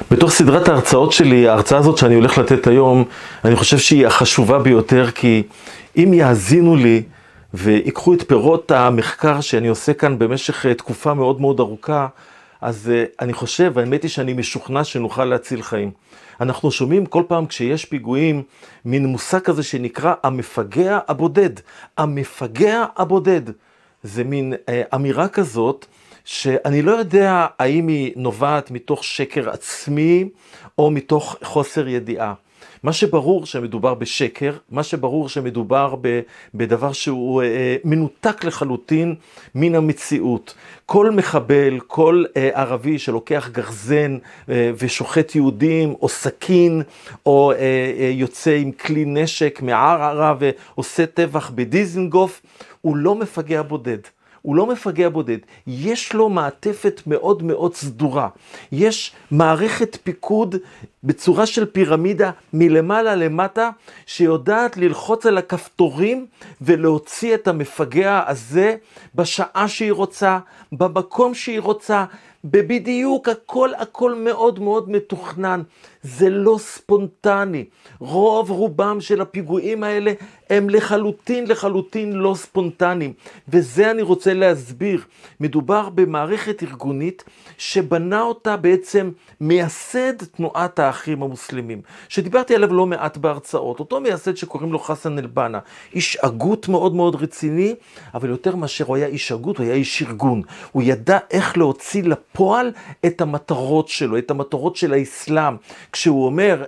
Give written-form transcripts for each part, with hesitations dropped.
בתוך סדרת ההרצאות שלי, ההרצאה הזאת שאני הולך לתת היום, אני חושב שהיא החשובה ביותר, כי אם יאזינו לי ויקחו את פירות המחקר שאני עושה כאן במשך תקופה מאוד מאוד ארוכה, אז אני חושב, האמת היא שאני משוכנע שנוכל להציל חיים. אנחנו שומעים כל פעם כשיש פיגועים, מין מושג כזה שנקרא המפגע הבודד. המפגע הבודד. זה מין אמירה כזאת, שאני לא יודע האם היא נובעת מתוך שקר עצמי, או מתוך חוסר ידיעה. מה שברור שמדובר בשקר, מה שברור שמדובר בדבר שהוא מנותק לחלוטין מן המציאות. כל מחבל, כל ערבי שלוקח גרזן ושוחט יהודים, או סכין, או יוצא עם כלי נשק מערערה ועושה טבח בדיזנגוף, הוא לא מפגע בודד. הוא לא מפגע בודד, יש לו מעטפת מאוד מאוד סדורה. יש מערכת פיקוד בצורה של פירמידה מלמעלה למטה, שיודעת ללחוץ על הכפתורים ולהוציא את המפגע הזה בשעה שהיא רוצה, במקום שהיא רוצה, בבדיוק הכל מאוד מאוד מתוכנן. זה לא ספונטני. רובם של הפיגועים האלה הם לחלוטין לא ספונטניים. וזה אני רוצה להסביר. מדובר במערכת ארגונית שבנה אותה בעצם מייסד תנועת האחים המוסלמים, שדיברתי עליו לא מעט בהרצאות. אותו מייסד שקוראים לו חסן אל-בנה, איש הגות מאוד מאוד רציני, אבל יותר מאשר הוא היה איש הגות, הוא היה איש ארגון. הוא ידע איך להוציא לפועל את המטרות שלו, את המטרות של האסלאם. כשהוא אומר,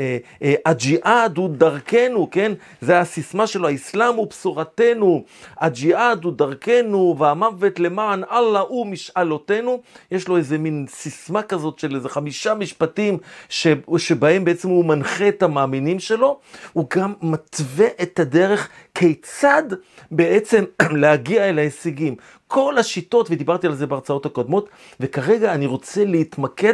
הג'יהאד הוא דרכנו, כן? זה הסיסמה שלו, האסלאם הוא בשורתנו, הג'יהאד הוא דרכנו, והמוות למען אללה הוא משאלותינו. יש לו איזה מין סיסמה כזאת של איזה 5 משפטים, שבהם בעצם הוא מנחה את המאמינים שלו. הוא גם מתווה את הדרך כיצד בעצם להגיע אל ההישגים. כל השיטות, ודיברתי על זה בהרצאות הקודמות, וכרגע אני רוצה להתמקד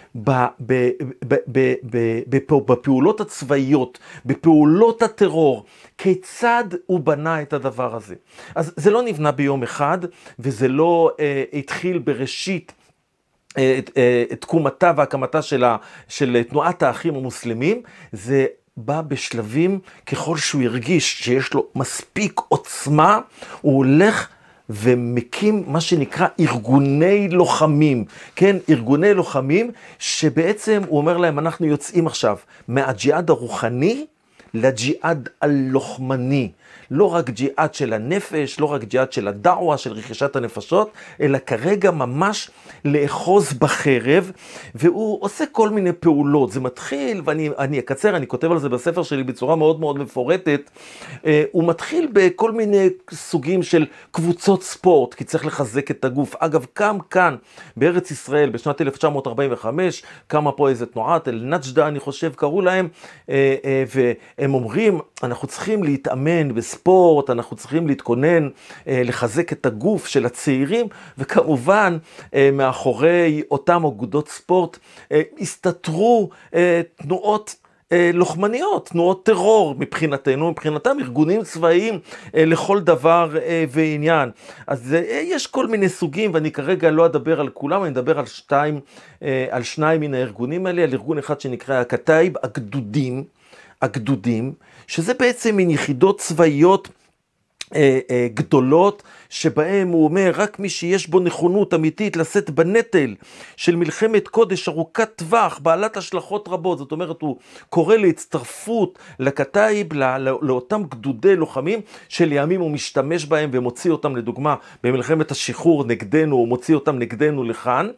בפעולות הצבאיות, בפעולות הטרור, כיצד הוא בנה את הדבר הזה. אז זה לא נבנה ביום אחד, וזה לא התחיל בראשית תקומתה והקמתה של תנועת האחים המוסלמים. זה בא בשלבים, ככל שהוא הרגיש שיש לו מספיק עוצמה, הוא הולך ומקים מה שנקרא ארגוני לוחמים, כן? ארגוני לוחמים שבעצם הוא אומר להם, אנחנו יוצאים עכשיו מהג'יהאד הרוחני לג'יהאד הלוחמני. לא רק ג'יהאד של הנפש, לא רק ג'יהאד של הדעווה, של רכישת הנפשות, אלא כרגע ממש לאחוז בחרב, והוא עושה כל מיני פעולות. זה מתחיל, ואני אקצר, אני כותב על זה בספר שלי בצורה מאוד מאוד מפורטת, הוא מתחיל בכל מיני סוגים של קבוצות ספורט, כי צריך לחזק את הגוף. אגב, קם כאן בארץ ישראל בשנת 1945, קמה פה איזה תנועת אל-נג'דה, אני חושב, קראו להם, והם אומרים, אנחנו צריכים להתאמן בספורט, אנחנו צריכים להתכונן, לחזק את הגוף של הצעירים, וכמובן מאחורי אותם אגודות ספורט הסתתרו תנועות לוחמניות, תנועות טרור מבחינתנו, מבחינתם ארגונים צבאיים לכל דבר ועניין. אז יש כל מיני סוגים, ואני כרגע לא אדבר על כולם, אני אדבר על שניים מן הארגונים האלה, על ארגון אחד שנקרא הכתאיב, הגדודים, שזה בעצם מין יחידות צבאיות גדולות, שבהם הוא אומר, רק מי שיש בו נכונות אמיתית לשאת בנטל של מלחמת קודש ארוכת טווח, בעלת השלכות רבות. זאת אומרת, הוא קורא להצטרפות לכתאיב, לאותם גדודי לוחמים, שלימים הוא משתמש בהם ומוציא אותם, לדוגמה, במלחמת השחרור נגדנו, הוא מוציא אותם נגדנו לכאן,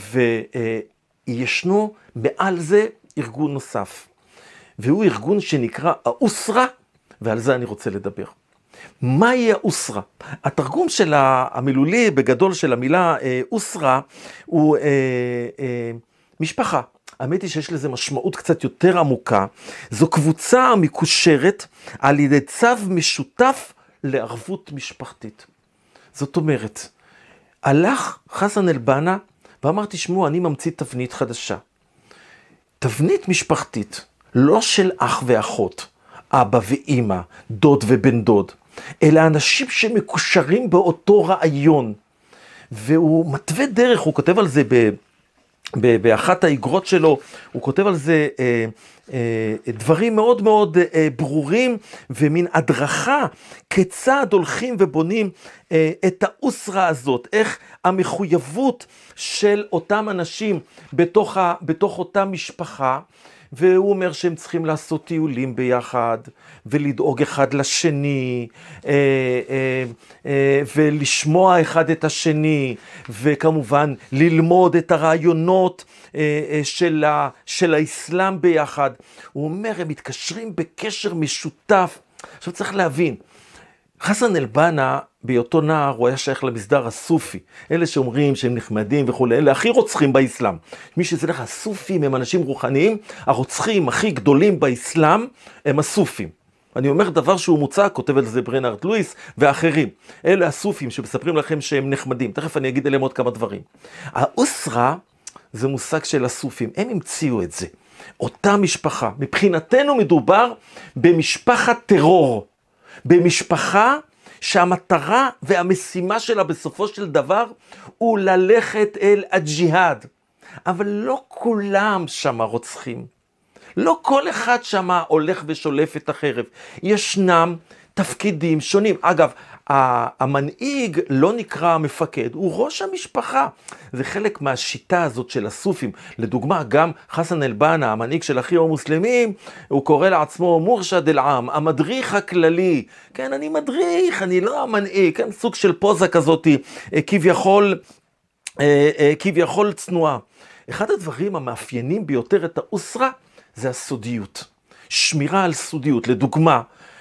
וישנו מעל זה ארגון נוסף. והוא ארגון שנקרא האוסרה, ועל זה אני רוצה לדבר. מהי האוסרה? התרגום של המילולי בגדול של המילה אוסרה הוא משפחה. האמת היא שיש לזה משמעות קצת יותר עמוקה. זו קבוצה המקושרת על ידי צו משותף לערבות משפחתית. זאת אומרת, הלך חסן אל-בנה ואמר, תשמעו, אני ממציא תבנית חדשה. תבנית משפחתית. לא של אח ואחות, אבא ואמא, דוד ובן דוד, אלא אנשים שמקושרים באותו רעיון. והוא מתווה דרך, הוא כותב על זה באחת האגרות שלו, הוא כותב על זה דברים מאוד מאוד ברורים, ומין הדרכה כיצד הולכים ובונים את האוסרה הזאת, איך המחויבות של אותם אנשים בתוך אותה משפחה, והוא אומר שהם צריכים לעשות טיולים ביחד, ולדאוג אחד לשני, ולשמוע אחד את השני, וכמובן ללמוד את הרעיונות של האסלאם ביחד. הוא אומר, הם מתקשרים בקשר משותף. עכשיו צריך להבין, חסן אל-בנה באותו נער הוא היה שייך למסדר הסופי, אלה שאומרים שהם נחמדים וכו', אלה הכי רוצחים באסלאם. מי שזה לך, הסופים הם אנשים רוחניים, הרוצחים הכי גדולים באסלאם הם הסופים. אני אומר דבר שהוא מוצא, כותב על זה ברנרד לואיס ואחרים. אלה הסופים שמספרים לכם שהם נחמדים, תכף אני אגיד עליהם עוד כמה דברים. האוסרה זה מושג של הסופים, הם המציאו את זה. אותה משפחה, מבחינתנו מדובר במשפחת טרור, במשפחה שהמטרה והמשימה שלה בסופו של דבר הוא ללכת אל הג'יהאד. אבל לא כולם שמה רוצחים. לא כל אחד שמה הולך ושולף את החרב. ישנם תפקידים שונים. אגב, המנהיג לא נקרא המפקד, הוא ראש המשפחה. זה חלק מהשיטה הזאת של הסופים. לדוגמה, גם חסן אל-בנה, המנהיג של אחים המוסלמים, הוא קורא לעצמו מורשד אל-עם, המדריך הכללי. כן, אני מדריך, אני לא המנהיג. כן, סוג של פוזה כזאת, כביכול צנועה. אחד הדברים המאפיינים ביותר את האוסרה, זה הסודיות. שמירה על סודיות. לדוגמה,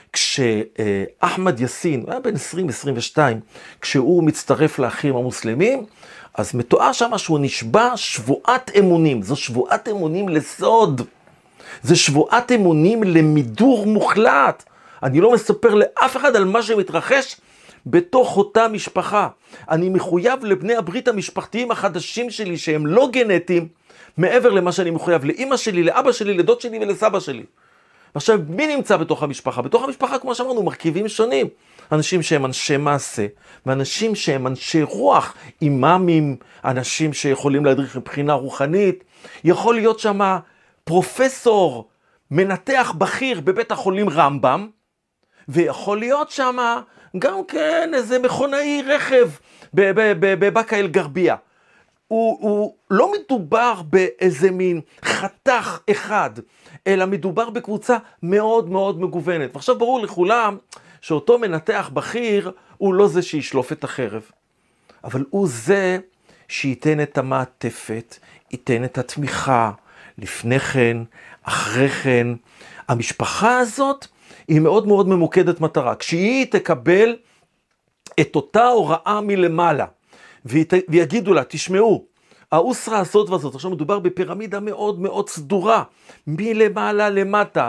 כשאחמד יאסין, הוא היה בן 20-22, כשהוא מצטרף לאחים המוסלמים, אז מתואר שם שהוא נשבע שבועת אמונים. זו שבועת אמונים לסוד. זו שבועת אמונים למידור מוחלט. אני לא מספר לאף אחד על מה שמתרחש בתוך אותה משפחה. אני מחויב לבני הברית המשפחתיים החדשים שלי, שהם לא גנטיים, מעבר למה שאני מחויב לאמא שלי, לאבא שלי, לדוד שלי ולסבא שלי. עכשיו, מי נמצא בתוך המשפחה? בתוך המשפחה, כמו שאמרנו, מרכיבים שונים. אנשים שהם אנשי מעשה, ואנשים שהם אנשי רוח, אימאמים, אנשים שיכולים להדריך מבחינה רוחנית. יכול להיות שם פרופסור, מנתח בכיר בבית החולים רמב"ם, ויכול להיות שם גם כן איזה מכונאי רכב בבאקה אל גרבייה. הוא לא מדובר באיזה מין חתך אחד, אלא מדובר בקבוצה מאוד מאוד מגוונת. ועכשיו ברור לכולם שאותו מנתח בכיר הוא לא זה שישלוף את החרב, אבל הוא זה שייתן את המעטפת, ייתן את התמיכה, לפני כן, אחרי כן. המשפחה הזאת היא מאוד מאוד ממוקדת מטרה. כשהיא תקבל את אותה הוראה מלמעלה, ויגידו לה, תשמעו, האוסרה הזאת והזאת, עכשיו מדובר בפירמידה מאוד מאוד סדורה, מלמעלה למטה,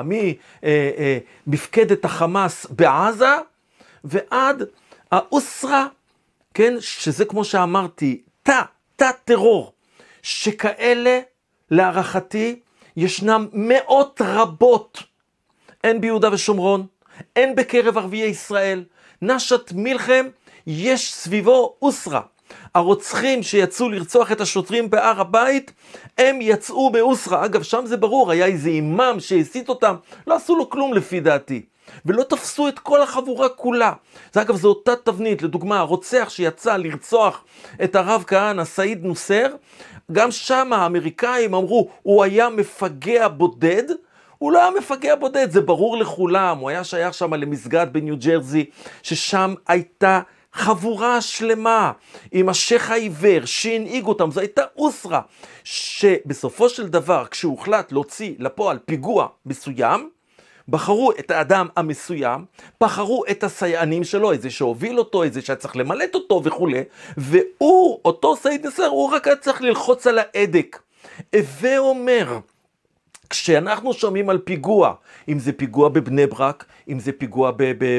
ממפקדת החמאס בעזה, ועד האוסרה, כן, שזה כמו שאמרתי, תא טרור, שכאלה, להערכתי, ישנם מאות רבות, אין ביהודה ושומרון, אין בקרב ערביי ישראל, נשת מלחם, יש סביבו אוסרה. הרוצחים שיצאו לרצוח את השוטרים בהר הבית, הם יצאו באוסרה. אגב, שם זה ברור, היה איזה אימם שהסית אותם, לא עשו לו כלום לפי דעתי. ולא תפסו את כל החבורה כולה. זה אגב, זו אותה תבנית, לדוגמה, הרוצח שיצא לרצוח את הרב כהנא, סעיד נוסר, גם שם האמריקאים אמרו, הוא היה מפגע בודד, הוא לא היה מפגע בודד, זה ברור לכולם, הוא היה שייך שם למסגד בניו ג'רזי, ששם הייתה חבורה שלמה, עם השייך העיוור, שהנהיג אותם, זו הייתה אוסרה, שבסופו של דבר, כשהוחלט להוציא לפועל פיגוע מסוים, בחרו את האדם המסוים, בחרו את הסייענים שלו, איזה שהוביל אותו, איזה שצריך למלט אותו וכו', והוא, אותו סעיד נסר, הוא רק היה צריך ללחוץ על ההדק. ואומר, כשאנחנו שומעים על פיגוע, אם זה פיגוע בבני ברק, אם זה פיגוע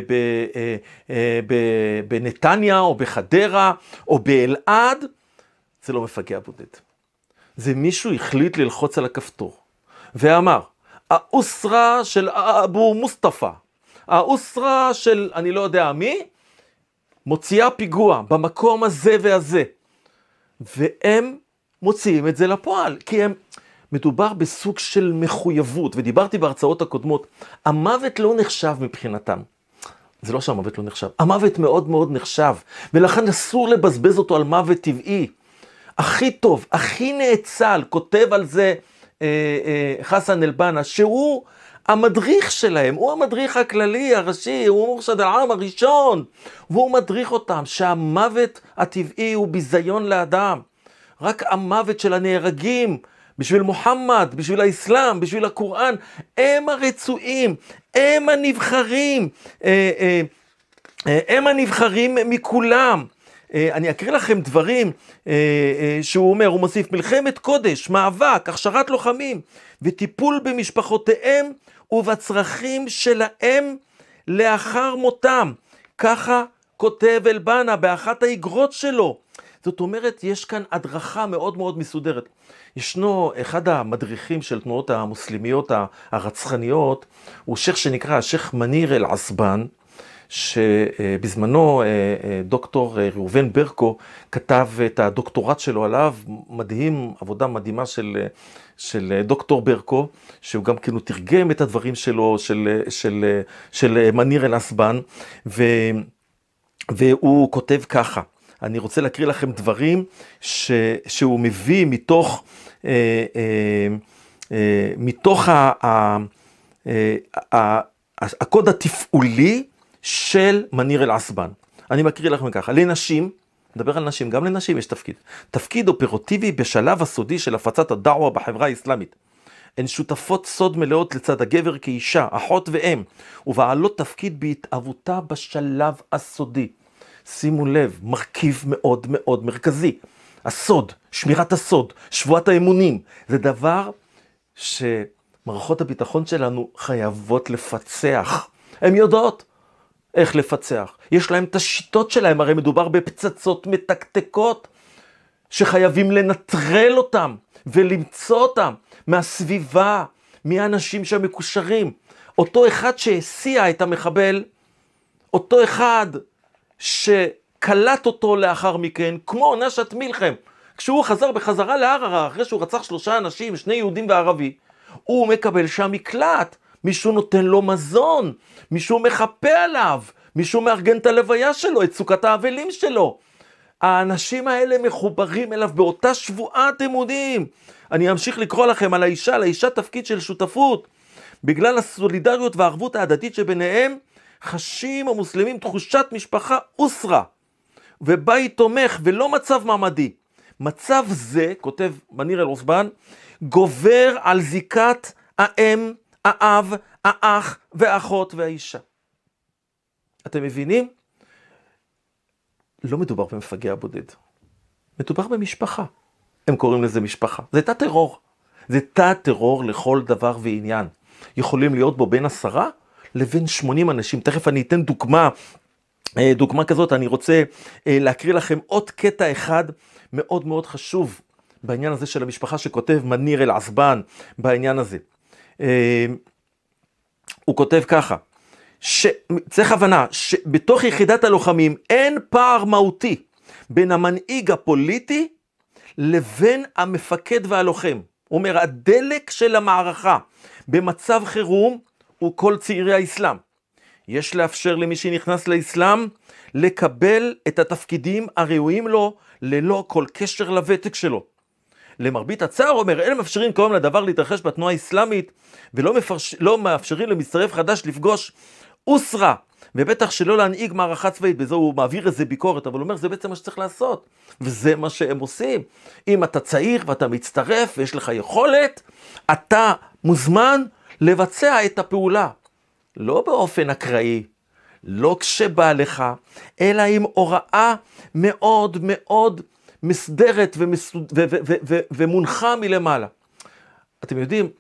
בנתניה או בחדרה או באלעד, זה לא מפגע בודד. זה מישהו החליט ללחוץ על הכפתור, ואמר, האוסרה של אבו מוסטפא, האוסרה של אני לא יודע מי, מוציאה פיגוע במקום הזה והזה. והם מוציאים את זה לפועל, כי מדובר בסוג של מחויבות, ודיברתי בהרצאות הקודמות, המוות לא נחשב מבחינתם. זה לא שהמוות לא נחשב, המוות מאוד מאוד נחשב, ולכן אסור לבזבז אותו על מוות טבעי. הכי טוב, הכי נאצל, כותב על זה חסן אל-בנה, שהוא המדריך שלהם, הוא המדריך הכללי, הראשי, הוא מורשד העם הראשון, והוא מדריך אותם, שהמוות הטבעי הוא ביזיון לאדם. רק המוות של הנהרגים, בשביל מוחמד, בשביל האסלאם, בשביל הקוראן, הם הרצויים, הם הנבחרים, הם הנבחרים מכולם. אני אקריא לכם דברים שהוא אומר, הוא מוסיף, מלחמת קודש, מאבק, הכשרת לוחמים, וטיפול במשפחותיהם ובצרכים שלהם לאחר מותם. ככה כותב אל-בנה באחת האגרות שלו. זאת אומרת, יש כאן הדרכה מאוד מאוד מסודרת. ישנו אחד המדריכים של תנועות המוסלמיות הרצחניות, הוא שייך שנקרא השייך מניר אל-עסבן, שבזמנו דוקטור ראובן ברקו כתב את הדוקטורט שלו עליו, מדהים, עבודה מדהימה של דוקטור ברקו, שהוא גם כאילו תרגם את הדברים שלו, של מניר אל-עסבן, והוא כותב ככה, אני רוצה להקריא לכם דברים שהוא מביא מתוך הקוד התפעולי של מניר אל-עסבן. אני מקריא לכם ככה, לנשים, נדבר על נשים, גם לנשים יש תפקיד. תפקיד אופרטיבי בשלב הסודי של הפצת הדעווה בחברה האסלאמית. הן שותפות סוד מלאות לצד הגבר כאישה, אחות ואם, ובעלות תפקיד בהתאבותה בשלב הסודי. שימו לב, מרכיב מאוד מאוד מרכזי. הסוד, שמירת הסוד, שבועת האמונים, זה דבר שמערכות הביטחון שלנו חייבות לפצח. הן יודעות איך לפצח. יש להם את השיטות שלהם, הרי מדובר בפצצות מתקתקות, שחייבים לנטרל אותם ולמצוא אותם מהסביבה, מהאנשים שמקושרים. אותו אחד שהסיע את המחבל, אותו אחד שקלט אותו לאחר מכן, כמו נשאת מלחם, כשהוא חזר בחזרה לערערה, אחרי שהוא רצח 3 אנשים, 2 יהודים וערבי, הוא מקבל שם מקלט, מישהו נותן לו מזון, מישהו מחפה עליו, מישהו מארגן את הלוויה שלו, את סוכת האבלים שלו. האנשים האלה מחוברים אליו באותה שבועת אמונים. אני אמשיך לקרוא לכם על האישה, לאישה תפקיד של שותפות. בגלל הסולידריות והערבות ההדדית שביניהם, חשים המוסלמים תחושת משפחה אוסרה, ובית תומך ולא מצב מעמדי. מצב זה, כותב מניר אל-עסבן, גובר על זיקת האם, האב, האח והאחות והאישה. אתם מבינים? לא מדובר במפגע בודד. מדובר במשפחה. הם קוראים לזה משפחה. זה תא טרור. זה תא טרור לכל דבר ועניין. יכולים להיות בו בין 10 לבין 80 אנשים. תכף אני אתן דוגמה כזאת. אני רוצה להקריא לכם עוד קטע אחד מאוד מאוד חשוב בעניין הזה של המשפחה שכותב מניר אל-עסבן בעניין הזה. הוא כותב ככה, צריך הבנה שבתוך יחידת הלוחמים אין פער מהותי בין המנהיג הפוליטי לבין המפקד והלוחם. הוא אומר, הדלק של המערכה במצב חירום הוא כל צעירי האסלאם. יש לאפשר למי שנכנס לאסלאם לקבל את התפקידים הראויים לו ללא כל קשר לוותק שלו. למרבית הצער, אומר, אלה מאפשרים כיום לדבר להתרחש בתנועה האסלאמית, ולא מאפשרים למצטרף חדש לפגוש אוסרה, ובטח שלא להנהיג מערכה צבאית. בזה הוא מעביר איזה ביקורת, אבל הוא אומר, זה בעצם מה שצריך לעשות, וזה מה שהם עושים. אם אתה צעיר ואתה מצטרף ויש לך יכולת, אתה מוזמן לבצע את הפעולה. לא באופן אקראי, לא כשבא לך, אלא עם הוראה מאוד מאוד מסדרת ומונחה מלמעלה. אתם יודעים,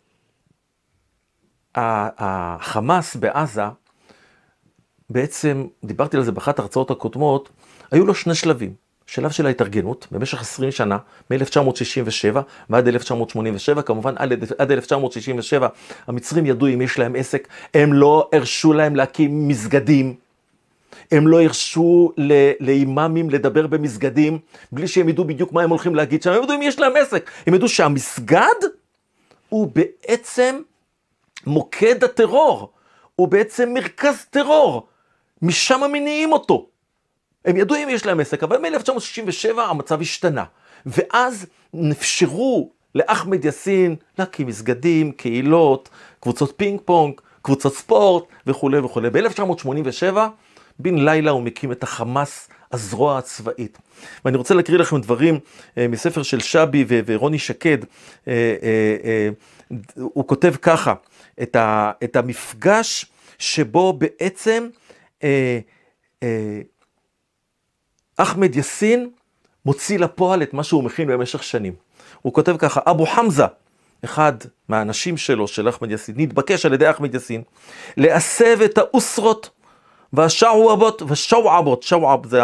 החמאס בעזה, בעצם, דיברתי על זה באחת ההרצאות הקודמות, היו לו 2 שלבים. שלב של ההתארגנות, במשך 20 שנה, מ-1967 ועד 1987, כמובן עד 1967, המצרים ידעו אם יש להם עסק, הם לא הרשו להם להקים מסגדים, הם לא הרשו לאימאמים לדבר במסגדים, בלי שהם ידעו בדיוק מה הם הולכים להגיד שם, הם ידעו אם יש להם עסק, הם ידעו שהמסגד הוא בעצם מוקד הטרור, הוא בעצם מרכז טרור, משם מניעים אותו. הם ידעו אם יש להם עסק, אבל מ-1967 המצב השתנה, ואז נפשרו לאחמד יאסין להקים מסגדים, קהילות, קבוצות פינג פונג, קבוצות ספורט וכו' וכו'. ב-1987 בן לילה הוא מקים את החמאס, הזרוע הצבאית. ואני רוצה להקריא לכם דברים מספר של שבי ורוני שקד. הוא כותב ככה, את המפגש שבו בעצם אחמד יאסין מוציא לפועל את מה שהוא מכין במשך שנים. הוא כותב ככה, אבו חמזה, אחד מהאנשים שלו, של אחמד יאסין, נתבקש על ידי אחמד יאסין, להסב את האוסרות והשעועבות, שעועב זה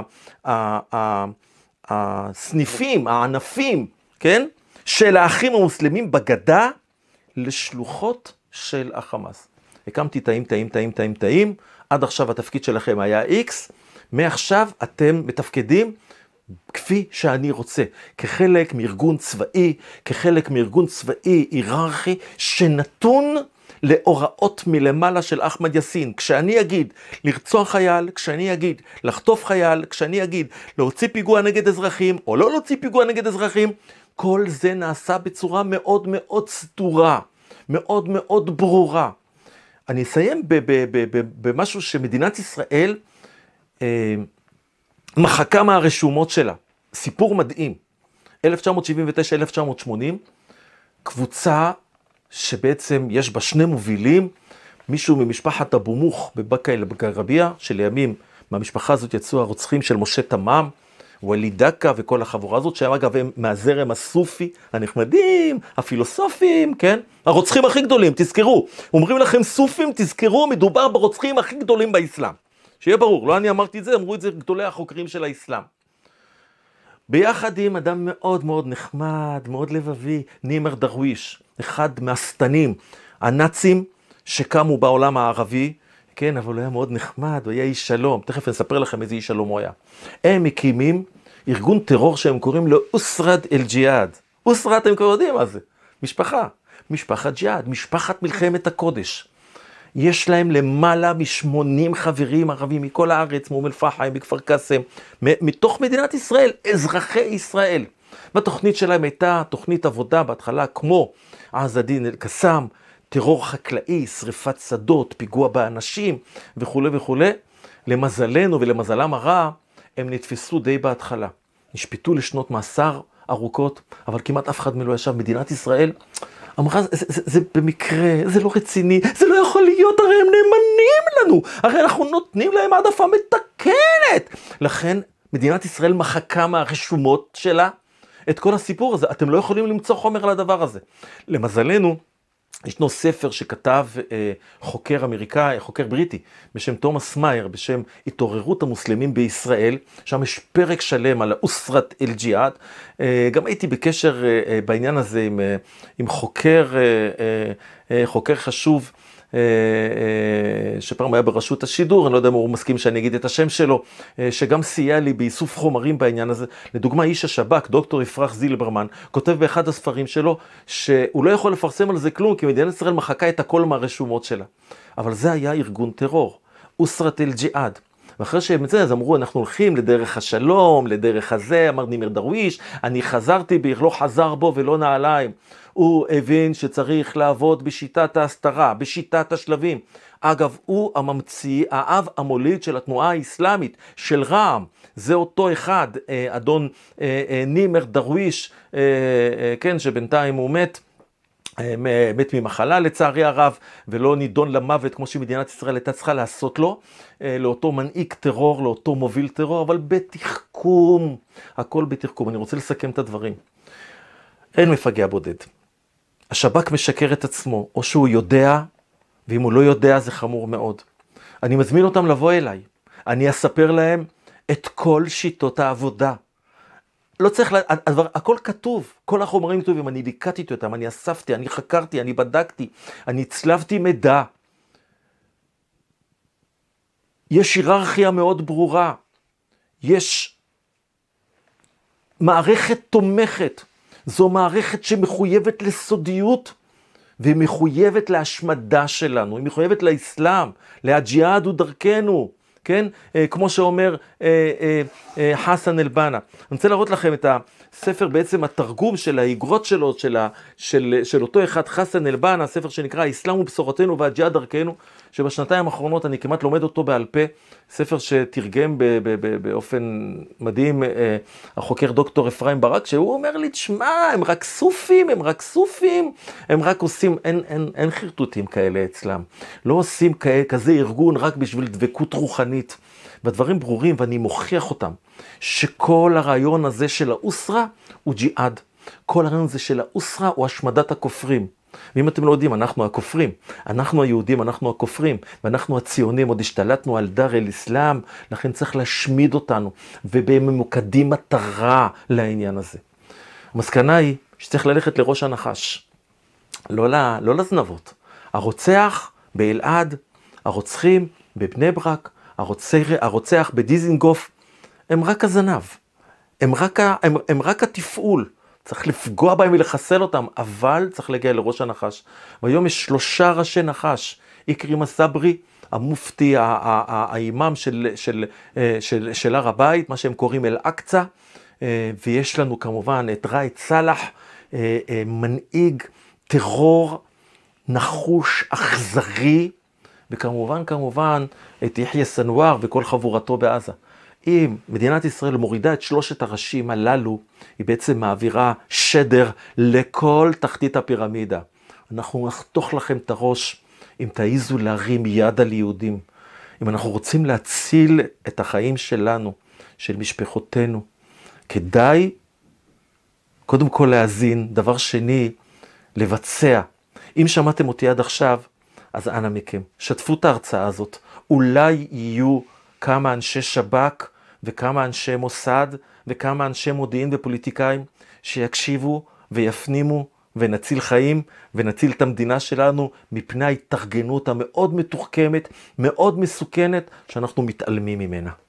הסניפים, הענפים, כן? של האחים המוסלמים בגדה, לשלוחות של החמאס. הקמתי תאים, עד עכשיו התפקיד שלכם היה X, מעכשיו אתם מתפקדים כפי שאני רוצה, כחלק מארגון צבאי, כחלק מארגון צבאי היררכי, שנתון להוראות מלמעלה של אחמד יאסין. כשאני אגיד לרצוח חייל, כשאני אגיד לחטוף חייל, כשאני אגיד להוציא פיגוע נגד אזרחים, או לא להוציא פיגוע נגד אזרחים, כל זה נעשה בצורה מאוד מאוד סתורה, מאוד מאוד ברורה. אני אסיים במשהו שמדינת ישראל מחקה מהרשומות שלה. סיפור מדהים. 1979-1980, קבוצה שבעצם יש בה שני מובילים, מישהו ממשפחת אבו מוך בבקע אל-גרבייה, שלימים מהמשפחה הזאת יצאו הרוצחים של משה תמם, וליד דקה וכל החבורה הזאת, שהם אגב הם מהזרם הסופי, הנחמדים, הפילוסופים, כן? הרוצחים הכי גדולים, תזכרו. אומרים לכם סופים, תזכרו, מדובר ברוצחים הכי גדולים באסלאם. שיהיה ברור, לא אני אמרתי את זה, אמרו את זה גדולי החוקרים של האסלאם. ביחד עם אדם מאוד מאוד נחמד, מאוד לבבי, נימר דרוויש, אחד מהשטנים, הנאצים שקמו בעולם הערבי, כן, אבל הוא היה מאוד נחמד, הוא היה איש שלום, תכף נספר לכם איזה איש שלום הוא היה. הם מקימים ארגון טרור שהם קוראים לו אוסרת אל-ג'יהאד. אוסרת, הם כבר יודעים מה זה, משפחה, משפחת ג'יהאד, משפחת מלחמת הקודש. יש להם למעלה מ-80 חברים ערבים מכל הארץ, מאום אל-פחם, מכפר קאסם, מתוך מדינת ישראל, אזרחי ישראל. והתוכנית שלהם הייתה תוכנית עבודה בהתחלה, כמו עז א-דין אל-קסאם, טרור חקלאי, שריפת שדות, פיגוע באנשים וכו' וכו'. למזלנו ולמזלם הרע, הם נתפסו די בהתחלה. נשפטו לשנות מאסר ארוכות, אבל כמעט אף אחד מלא ישב. מדינת ישראל אמרה, זה במקרה, זה לא רציני, זה לא יכול להיות, הרי הם נאמנים לנו, הרי אנחנו נותנים להם העדפה מתקנת. לכן מדינת ישראל מחקה מהרשומות שלה את כל הסיפור הזה. אתם לא יכולים למצוא חומר על הדבר הזה. למזלנו, ישנו ספר שכתב חוקר אמריקאי, חוקר בריטי, בשם תומאס מאייר, בשם התעוררות המוסלמים בישראל, שם יש פרק שלם על אוסרת אל-ג'יהאד. גם הייתי בקשר בעניין הזה עם חוקר חשוב, שפעם היה ברשות השידור, אני לא יודע אם הוא מסכים שאני אגיד את השם שלו, שגם סייע לי באיסוף חומרים בעניין הזה. לדוגמה, איש השב"כ, דוקטור יפרח זילברמן, כותב באחד הספרים שלו, שהוא לא יכול לפרסם על זה כלום, כי מדינת ישראל מחקה את הכל מהרשומות שלה. אבל זה היה ארגון טרור, אוסרת אל-ג'יהאד. ואחרי שהם את זה, אז אמרו, אנחנו הולכים לדרך השלום, לדרך הזה, אמר נימר דרוויש, אני חזרתי בי, לא חזר בו ולא נעליים. הוא הבין שצריך לעבוד בשיטת ההסתרה, בשיטת השלבים. אגב, הוא הממציא, האב המוליד של התנועה האסלאמית, של רע"מ. זה אותו אחד, אדון נימר דרוויש, כן, שבינתיים הוא מת ממחלה לצערי הרב, ולא נידון למוות כמו שמדינת ישראל הייתה צריכה לעשות לו, לאותו מנהיג טרור, לאותו מוביל טרור, אבל בתחכום, הכל בתחכום. אני רוצה לסכם את הדברים. אין מפגע בודד. השב"כ משקר את עצמו, או שהוא יודע, ואם הוא לא יודע זה חמור מאוד. אני מזמין אותם לבוא אליי. אני אספר להם את כל שיטות העבודה. לא צריך, הכל כתוב, כל החומרים כתובים, אני ליקטתי אותם, אני אספתי, אני חקרתי, אני בדקתי, אני הצלבתי מידע. יש היררכיה מאוד ברורה, יש מערכת תומכת, זו מערכת שמחויבת לסודיות, והיא מחויבת להשמדה שלנו, היא מחויבת לאסלאם, להג'יהאד ודרכנו, כן? כמו שאומר חסן אל-בנה. אני רוצה להראות לכם את הספר, בעצם התרגום של האיגרות שלו, של אותו אחד, חסן אל-בנה, ספר שנקרא האסלאם ובשורתנו והג'יהאד דרכנו, שבשנתיים האחרונות אני כמעט לומד אותו בעל פה, ספר שתרגם באופן מדהים החוקר דוקטור אפרים ברק, שהוא אומר לי, תשמע, הם רק סופים, הם רק עושים, אין חרטוטים כאלה אצלם, לא עושים כזה ארגון רק בשביל דבקות רוחנית, והדברים ברורים, ואני מוכיח אותם, שכל הרעיון הזה של האוסרה הוא ג'יהאד, כל הרעיון הזה של האוסרה הוא השמדת הכופרים, ואם אתם לא יודעים, אנחנו הכופרים, אנחנו היהודים, אנחנו הכופרים, ואנחנו הציונים, עוד השתלטנו על דר אל אסלאם, לכן צריך להשמיד אותנו, ובממוקדים מטרה לעניין הזה. המסקנה היא שצריך ללכת לראש הנחש, לא לזנבות. הרוצח באלעד, הרוצחים בבני ברק, הרוצח בדיזינגוף, הם רק הזנב, הם רק התפעול, צריך לפגוע בהם ולחסל אותם, אבל צריך להגיע לראש הנחש. והיום יש 3 ראשי נחש, איקרים הסברי, המופתי, האימאם של הר הבית, מה שהם קוראים אל-אקצה, ויש לנו כמובן את ראאד סלאח, מנהיג טרור, נחוש, אכזרי, וכמובן את יחיא סנואר וכל חבורתו בעזה. אם מדינת ישראל מורידה את 3 הראשים הללו, היא בעצם מעבירה שדר לכל תחתית הפירמידה. אנחנו נחתוך לכם את הראש אם תעיזו להרים יד על יהודים. אם אנחנו רוצים להציל את החיים שלנו, של משפחותינו, כדאי קודם כל להאזין, דבר שני, לבצע. אם שמעתם אותי עד עכשיו, אז אנא מכם, שתפו את ההרצאה הזאת. אולי יהיו כמה אנשי שב"כ וכמה אנשי מוסד וכמה אנשי מודיעין ופוליטיקאים שיקשיבו ויפנימו ונציל חיים ונציל את המדינה שלנו מפני ההתארגנות המאוד מתוחכמת, מאוד מסוכנת, שאנחנו מתעלמים ממנה.